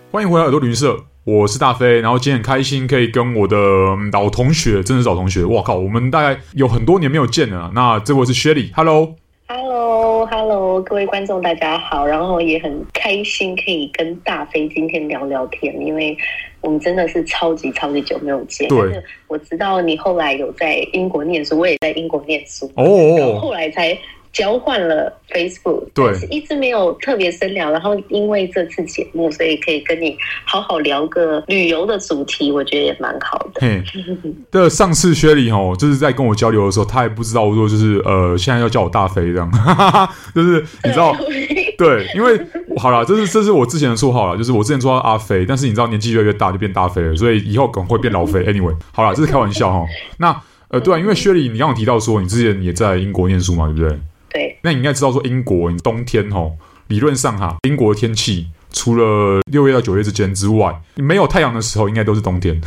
欢迎回来耳朵旅行社，我是大飞。然后今天很开心可以跟我的老同学，真的是老同学，哇靠，我们大概有很多年没有见了。那这位是 Shelly，Hello。Hello， 各位观众大家好，然后也很开心可以跟大飞今天聊聊天，因为我们真的是超级久没有见。 对， 但是我知道你后来有在英国念书，我也在英国念书，然后后来才交换了 Facebook， 对， 但是一直没有特别深聊。然后因为这次节目，所以可以跟你好好聊个旅游的主题，我觉得也蛮好的。 对，上次 Shelly 就是在跟我交流的时候，他也不知道说就是现在要叫我大飞这样，就是你知道，对，因为好啦，这是我之前的绰号啦，就是我之前说阿飞，但是你知道年纪越来越大就变大飞了，所以以后可能会变老飞。Anyway， 好啦，这是开玩笑齁。那对啊，因为 Shelly 你刚刚提到说你之前也在英国念书嘛，对不对？ 对， 那你应该知道说英国冬天理论上英国的天气除了6月到9月之间之外，没有太阳的时候应该都是冬天。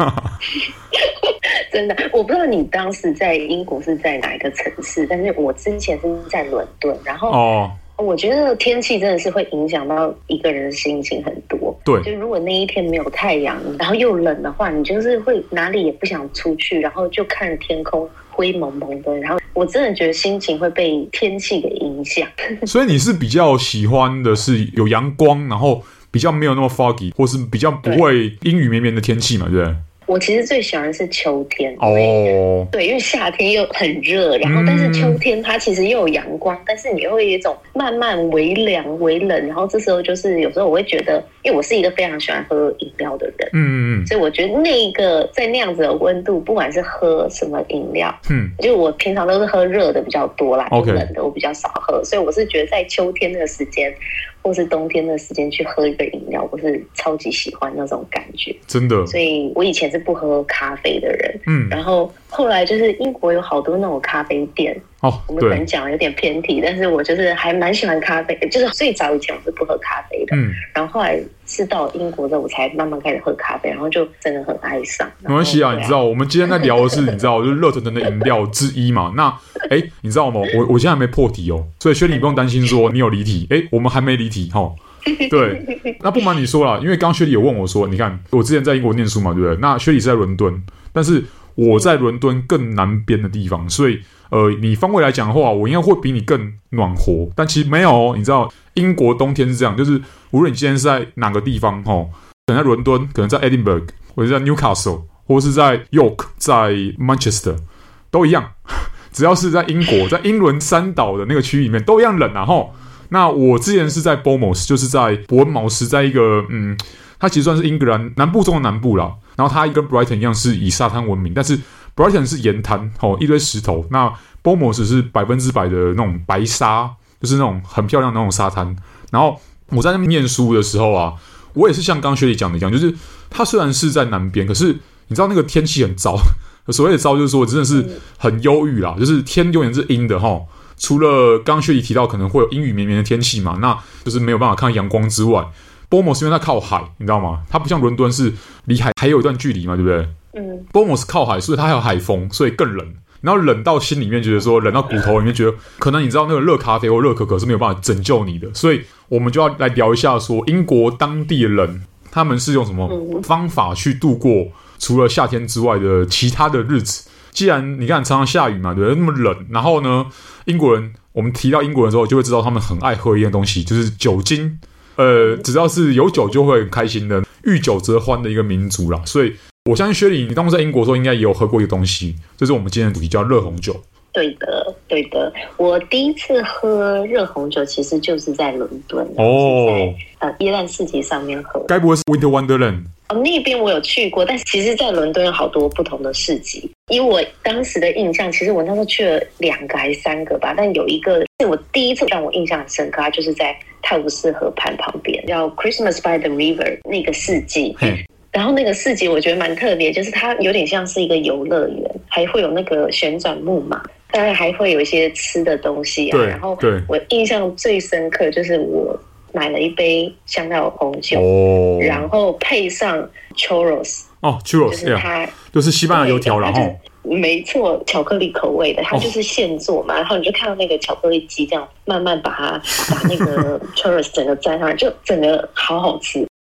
真的，我不知道你当时在英国是在哪一个城市，但是我之前是在伦敦，然后我觉得天气真的是会影响到一个人的心情很多。 对， 就如果那一天没有太阳，然后又冷的话，你就是会哪里也不想出去，然后就看天空灰蒙蒙的，然后我真的觉得心情会被天气给影响。 所以你是比较喜欢的是有阳光，然后比较没有那么 foggy， 或是比较不会阴雨绵绵的天气嘛，对不对？ 我其实最喜欢的是秋天对，因为夏天又很热，然后但是秋天它其实又有阳光，但是你又会有一种慢慢微凉微冷，然后这时候就是有时候我会觉得，因为我是一个非常喜欢喝饮料的人，所以我觉得那个在那样子的温度，不管是喝什么饮料，就我平常都是喝热的比较多啦，冷的我比较少喝，所以我是觉得在秋天那个时间或是冬天的时间去喝一个饮料，我是超级喜欢那种感觉， 真的。 所以我以前是不喝咖啡的人，然后后来就是英国有好多那种咖啡店，我们可能讲有点偏题，但是我就是还蛮喜欢咖啡，就是最早以前我是不喝咖啡的，然后后来是到英国之后我才慢慢开始喝咖啡，然后就真的很爱上。 没关系啊，你知道我们今天在聊的是你知道就是热腾腾的饮料之一嘛，那你知道吗？我现在还没破题所以Shelly你不用担心说你有离题，我们还没离题对，那不瞒你说啦，因为刚刚Shelly有问我说，你看我之前在英国念书嘛，对不对？那Shelly是在伦敦，但是我在伦敦更南边的地方，所以你方位来讲的话，我应该会比你更暖和，但其实没有你知道英国冬天是这样，就是无论你今天是在哪个地方可能在伦敦，可能在 Edinburgh， 或者在 Newcastle， 或者是在 York， 在 Manchester， 都一样，只要是在英国，在英伦三岛的那个区域里面都一样冷啊那我之前是在 Bournemouth， 就是在伯恩茅斯，在一个它其实算是英格兰南部中的南部啦。然后它跟 Brighton 一样是以沙滩闻名，但是 Brighton 是盐滩一堆石头，那 Bournemouth 是100%的那种白沙，就是那种很漂亮的那种沙滩。然后我在那边念书的时候啊，我也是像刚刚Shelly讲的一样，就是它虽然是在南边，可是你知道那个天气很糟，所谓的糟就是说真的是很忧郁啦，就是天永远是阴的除了刚刚Shelly提到可能会有阴雨绵绵的天气嘛，那就是没有办法看到阳光之外，Bournemouth 因为它靠海，你知道吗？它不像伦敦是离海还有一段距离嘛，对不对？Bournemouth 靠海，所以它还有海风，所以更冷。然后冷到心里面觉得说，冷到骨头里面觉得，可能你知道那个热咖啡或热可可是没有办法拯救你的，所以我们就要来聊一下说，英国当地的人他们是用什么方法去度过除了夏天之外的其他的日子。既然你看常常下雨嘛，对不对？那么冷，然后呢，英国人我们提到英国人之后，就会知道他们很爱喝一样东西，就是酒精。只要是有酒就会很开心的，遇酒则欢的一个民族啦。所以我相信Shelly，你当初在英国的时候应该也有喝过一个东西，这是我们今天的主题，叫热红酒。 对的，我第一次喝热红酒其实就是在伦敦在耶诞市集上面喝。 该不会是 Winter Wonderland？ 那边我有去过，但是其实在伦敦有好多不同的市集。以我当时的印象，其实我那时候去了2个还是3个吧，但有一个是我第一次让我印象很深刻，它就是在泰晤士河畔旁边，叫 Christmas by the River 那个市集。然后那个市集我觉得蛮特别，就是它有点像是一个游乐园，还会有那个旋转木马，当然还会有一些吃的东西啊。然后我印象最深刻就是我买了一杯香料红酒，然后配上 churros。 churros 就是它就是西班牙油条，然后没错，巧克力口味的，它就是现做嘛，然后你就看到那个巧克力机这样慢慢把那个 churros 整个沾上来，就整个好好吃。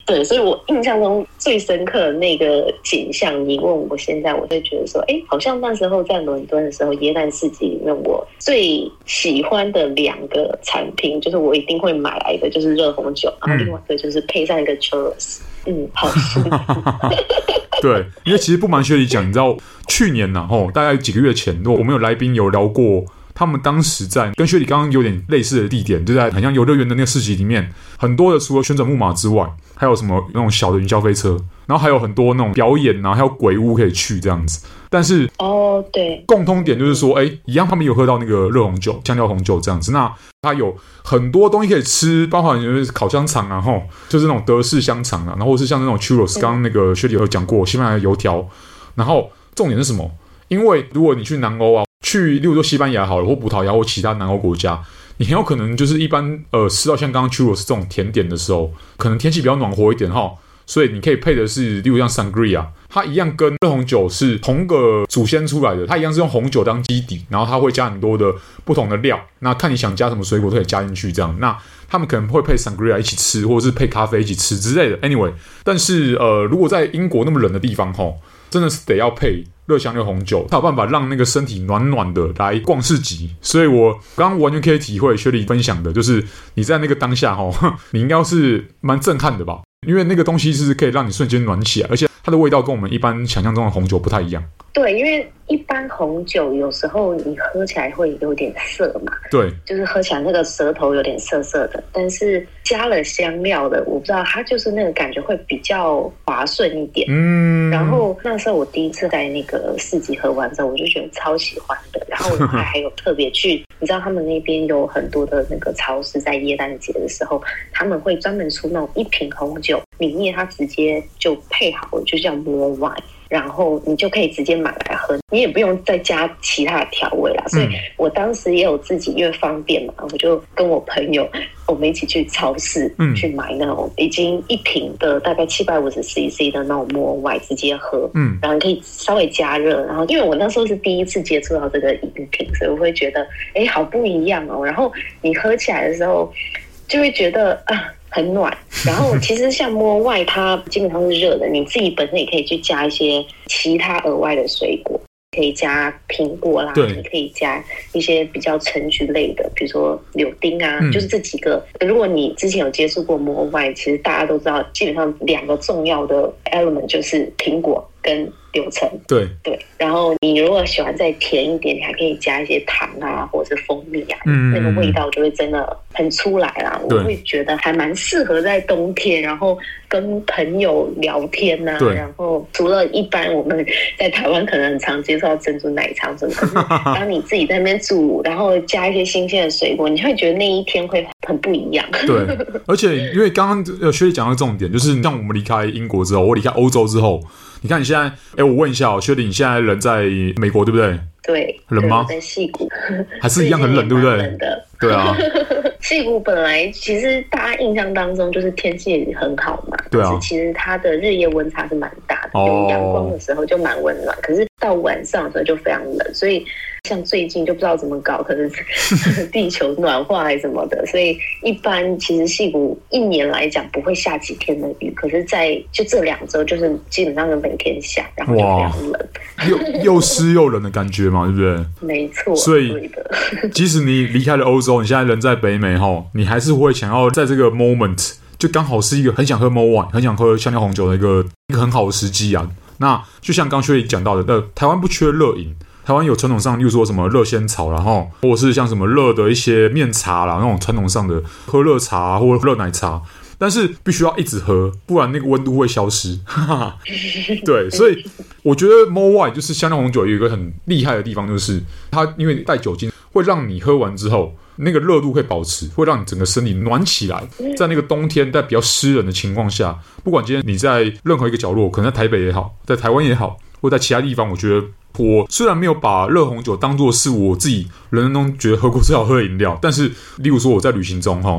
对，所以我印象中最深刻的那个景象，你问我现在，我会觉得说，好像那时候在伦敦的时候，耶诞市集里面我最喜欢的2个产品，就是我一定会买来的，就是热红酒，然后另外一个就是配上一个 churros，好吃。 对，因为其实不瞒薛里讲，你知道去年大概几个月前，我们有来宾有聊过。他们当时在跟薛里刚刚有点类似的地点，就在很像游乐园的那个市集里面，很多的除了旋转木马之外，还有什么那种小的云霄飞车，然后还有很多那种表演啊，还有鬼屋可以去这样子。但是对， 共通点就是说，一样他们有喝到那个热红酒、香料红酒这样子。那它有很多东西可以吃，包含就是烤香肠啊，就是那种德式香肠啊，然后是像那种 churros，刚刚那个薛里有讲过，西班牙的油条。然后重点是什么？因为如果你去南欧啊。去，例如说西班牙好了，或葡萄牙或其他南欧国家，你很有可能就是一般吃到像刚刚 churros 这种甜点的时候，可能天气比较暖和一点所以你可以配的是，例如像 sangria， 它一样跟热红酒是同个祖先出来的，它一样是用红酒当基底，然后它会加很多的不同的料，那看你想加什么水果都可以加进去这样。那他们可能会配 sangria 一起吃，或者是配咖啡一起吃之类的。Anyway， 但是如果在英国那么冷的地方真的是得要配热香料红酒，才有办法让那个身体暖暖的来逛市集。所以我刚刚完全可以体会薛里分享的，就是你在那个当下你应该是蛮震撼的吧？因为那个东西是可以让你瞬间暖起来，而且它的味道跟我们一般想象中的红酒不太一样。 对，因为一般红酒有时候你喝起来会有点涩嘛， 对， 就是喝起来那个舌头有点涩涩的，但是加了香料的，我不知道它就是那个感觉会比较滑顺一点。然后那时候我第一次在那个市集喝完之后，我就觉得超喜欢的。然后我还有特别去，你知道他们那边有很多的那个超市，在耶诞节的时候，他们会专门出那种一瓶红酒，里面它直接就配好了，就叫 more wine。然后你就可以直接买来喝，你也不用再加其他的调味啦。所以我当时也有自己，因为方便嘛，我就跟我朋友我们一起去超市去买那种已经一瓶的大概750cc 的那种more wine直接喝，然后你可以稍微加热。然后因为我那时候是第一次接触到这个饮品，所以我会觉得好不一样哦。然后你喝起来的时候就会觉得很暖，然后其实像more wine它基本上是热的，你自己本身也可以去加一些其他额外的水果，可以加苹果啦，你可以加一些比较橙橘类的，比如说柳丁啊，就是这几个。如果你之前有接触过more wine，其实大家都知道，基本上2个重要的 element 就是苹果跟柳橙。对，然后你如果喜欢再甜一点，你还可以加一些糖啊，或者是蜂蜜啊，那个味道就会真的很出来啦。我会觉得还蛮适合在冬天，然后跟朋友聊天啊。然后除了一般我们在台湾可能很常接触到珍珠奶茶什么，可是当你自己在那边煮，然后加一些新鲜的水果，你会觉得那一天会很不一样。对， 而且因为刚刚薛里讲到重点，就是像我们离开英国之后，我离开欧洲之后，你看你现在，我问一下薛里，你现在人在美国对不对？ 对， 冷吗？ 在矽谷， 还是一样很冷，对不对？ 冷的， 对啊。 矽谷本来其实大家印象当中就是天气很好嘛， 对啊。 可是其实它的日夜温差是蛮大的，有阳光的时候就蛮温暖，可是到晚上的时候就非常冷，所以像最近就不知道怎么搞，可能是地球暖化还是什么的，所以一般其实矽谷一年来讲不会下几天的雨，可是就这2周就是基本上是每天下，然后就非常冷， 又湿又冷的感觉嘛，对不对？ 没错。 所以即使你离开了欧洲，你现在人在北美你还是会想要在这个 moment 就刚好是一个很想喝 more wine 很想喝香料红酒的一个很好的时机啊。那就像刚薛里讲到的，台湾不缺热饮，台湾有传统上例如说什么热仙草，然后或者是像什么热的一些面茶啦，那种传统上的喝热茶或热奶茶，但是必须要一直喝，不然那个温度会消失。对，所以我觉得 more wine 就是香料红酒有一个很厉害的地方，就是它因为带酒精，会让你喝完之后那个热度会保持，会让你整个身体暖起来。在那个冬天在比较湿冷的情况下，不管今天你在任何一个角落，可能在台北也好，在台湾也好，或在其他地方，我觉得我虽然没有把热红酒当作是我自己人生中觉得喝过最好喝的饮料，但是例如说我在旅行中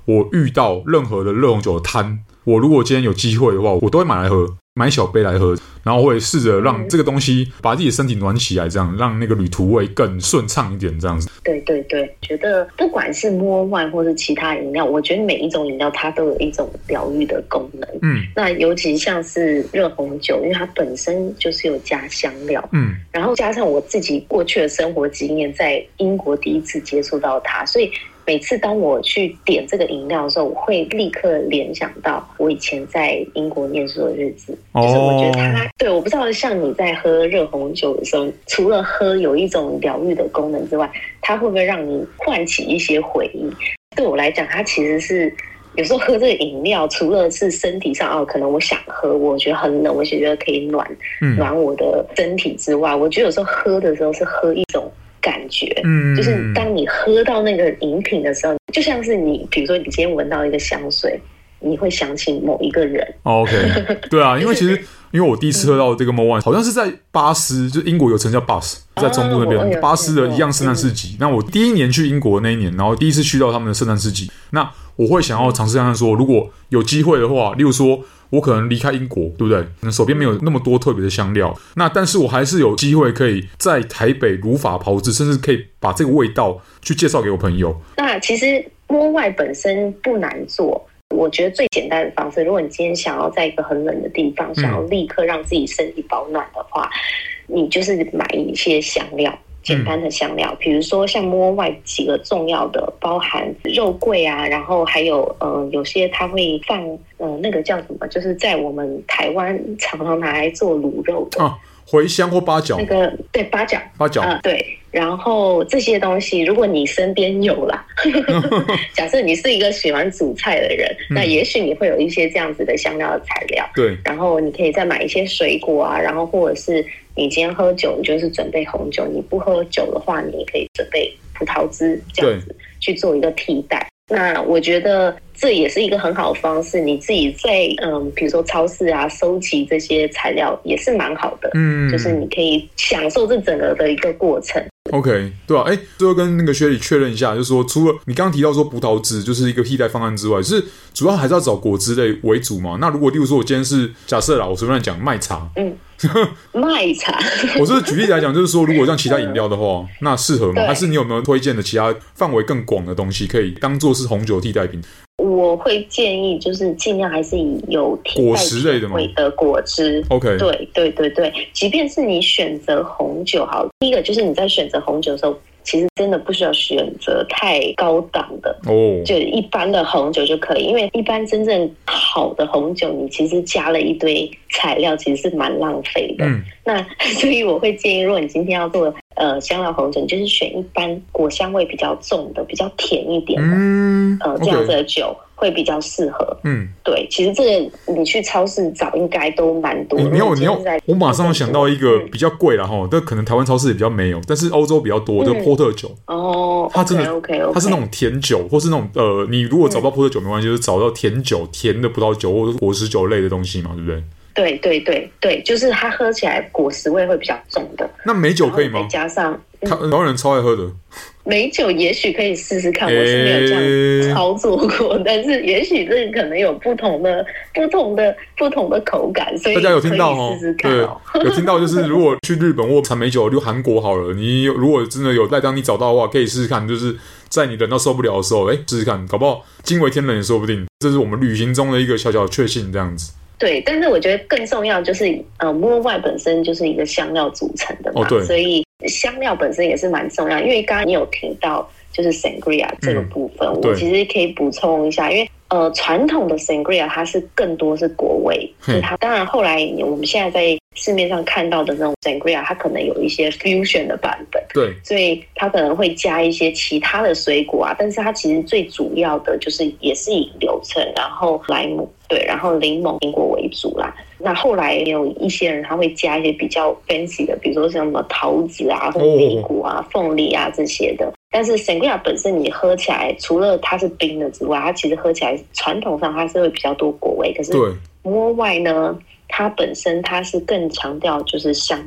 我遇到任何的热红酒的摊，我如果今天有机会的话，我都会买来喝，买小杯来喝，然后会试着让这个东西把自己的身体暖起来，这样让那个旅途会更顺畅一点，这样子。 对对对，觉得不管是摸外或是其他饮料，我觉得每一种饮料它都有一种疗愈的功能。那尤其像是热红酒，因为它本身就是有加香料，然后加上我自己过去的生活经验，在英国第一次接触到它，所以每次当我去点这个饮料的时候，我会立刻联想到我以前在英国念书的日子。就是我觉得它，对，我不知道像你在喝热红酒的时候，除了喝有一种疗愈的功能之外，它会不会让你唤起一些回忆？对我来讲，它其实是有时候喝这个饮料，除了是身体上可能我想喝，我觉得很冷，我觉得可以暖我的身体之外，我觉得有时候喝的时候是喝一种感觉，就是当你喝到那个饮品的时候，就像是你，比如说你今天闻到一个香水，你会想起某一个人。 OK， 对啊，因为其实因为我第一次喝到这个 Moët 好像是在巴斯，就英国有城叫 Bath， 在中部那边，巴斯的一样圣诞市集。那我第一年去英国那一年，然后第一次去到他们的圣诞市集，那我会想要尝试看看说，如果有机会的话，例如说我可能离开英国，对不对？手边没有那么多特别的香料，那但是我还是有机会可以在台北如法炮制，甚至可以把这个味道去介绍给我朋友。 那其实摸外本身不难做，我觉得最简单的方式，如果你今天想要在一个很冷的地方，想要立刻让自己身体保暖的话，你就是买一些香料。简单的香料，比如说像摸外几个重要的，包含肉桂啊，然后还有有些它会放那个叫什么，就是在我们台湾常常拿来做卤肉的茴香或八角， 那个对八角对，然后这些东西如果你身边有啦假设你是一个喜欢煮菜的人，那也许你会有一些这样子的香料的材料， 对， 然后你可以再买一些水果啊，然后或者是你今天喝酒，你就是准备红酒，你不喝酒的话，你也可以准备葡萄汁这样子去做一个替代。那我觉得这也是一个很好的方式，你自己在比如说超市啊收集这些材料也是蛮好的，就是你可以享受这整个的一个过程。 OK， 对啊，最后跟那个薛里确认一下，就是说，除了你刚刚提到说葡萄汁就是一个替代方案之外，是主要还是要找果汁类为主嘛？那如果例如说我今天是假设啦，我随便讲麦茶，麦茶，我是举例来讲，就是说，如果像其他饮料的话，那适合吗？还是你有没有推荐的其他范围更广的东西，可以当做是红酒替代品？ 我会建议就是尽量还是以有果实类的果汁。 OK， 对，即便是你选择红酒好，第一个就是你在选择红酒的时候，其实真的不需要选择太高档的就一般的红酒就可以，因为一般真正好的红酒，你其实加了一堆材料，其实是蛮浪费的。那所以我会建议，如果你今天要做香料红酒，你就是选一般果香味比较重的、比较甜一点的这样子的酒会比较适合。对，其实这个你去超市找应该都蛮多的。 我马上想到一个比较贵啦但可能台湾超市也比较没有，但是欧洲比较多，就波特酒。它真的它是那种甜酒，或是那种你如果找不到波特酒没关系，就是找到甜酒、甜的葡萄酒或者果实酒类的东西嘛，对不对？ 对，就是它喝起来果实味会比较重的。 那美酒可以吗？ 再加上台湾人超爱喝的美酒，也许可以试试看。我是没有这样操作过，但是也许这可能有不同的口感，所以大家有听到试试看对，有听到就是如果去日本或产美酒，就韩国好了，你如果真的有在当你找到的话，可以试试看，就是在你冷到受不了的时候，试试看，搞不好惊为天人也说不定。这是我们旅行中的一个小小的确幸，这样子。 对，但是我觉得更重要就是摸外本身就是一个香料组成的嘛，所以香料本身也是蛮重要。因为刚刚你有提到就是 sangria 这个部分，我其实可以补充一下，因为传统的 sangria 它是更多是果味，所以它当然后来我们现在在市面上看到的那种 sangria， 它可能有一些 fusion 的版本， 对， 所以它可能会加一些其他的水果啊，但是它其实最主要的就是也是以柳橙，然后莱姆，对，然后柠檬、苹果为主啦。那后来也有一些人他会加一些比较 fancy 的，比如说像什么桃子啊、凤梨果啊、凤梨啊这些的。但是 sangria 本身你喝起来，除了它是冰的之外，它其实喝起来传统上它是会比较多果味，可是摸外呢，它本身它是更强调就是香料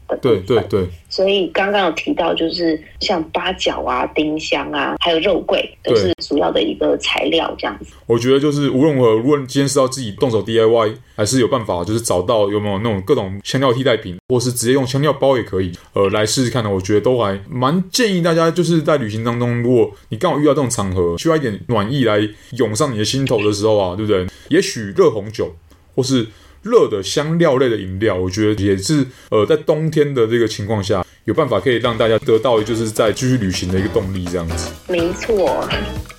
的部分。 对。 所以刚刚有提到，就是像八角啊、丁香啊，还有肉桂，都是主要的一个材料这样子。 我觉得就是无论如何，无论今天是要自己动手 DIY， 还是有办法就是找到有没有那种各种香料替代品，或是直接用香料包也可以，来试试看呢。我觉得都还蛮建议大家，就是在旅行当中，如果你刚好遇到这种场合，需要一点暖意来涌上你的心头的时候啊，对不对？也许热红酒或是热的香料类的饮料，我觉得也是在冬天的这个情况下，有办法可以让大家得到就是在继续旅行的一个动力，这样子。 没错。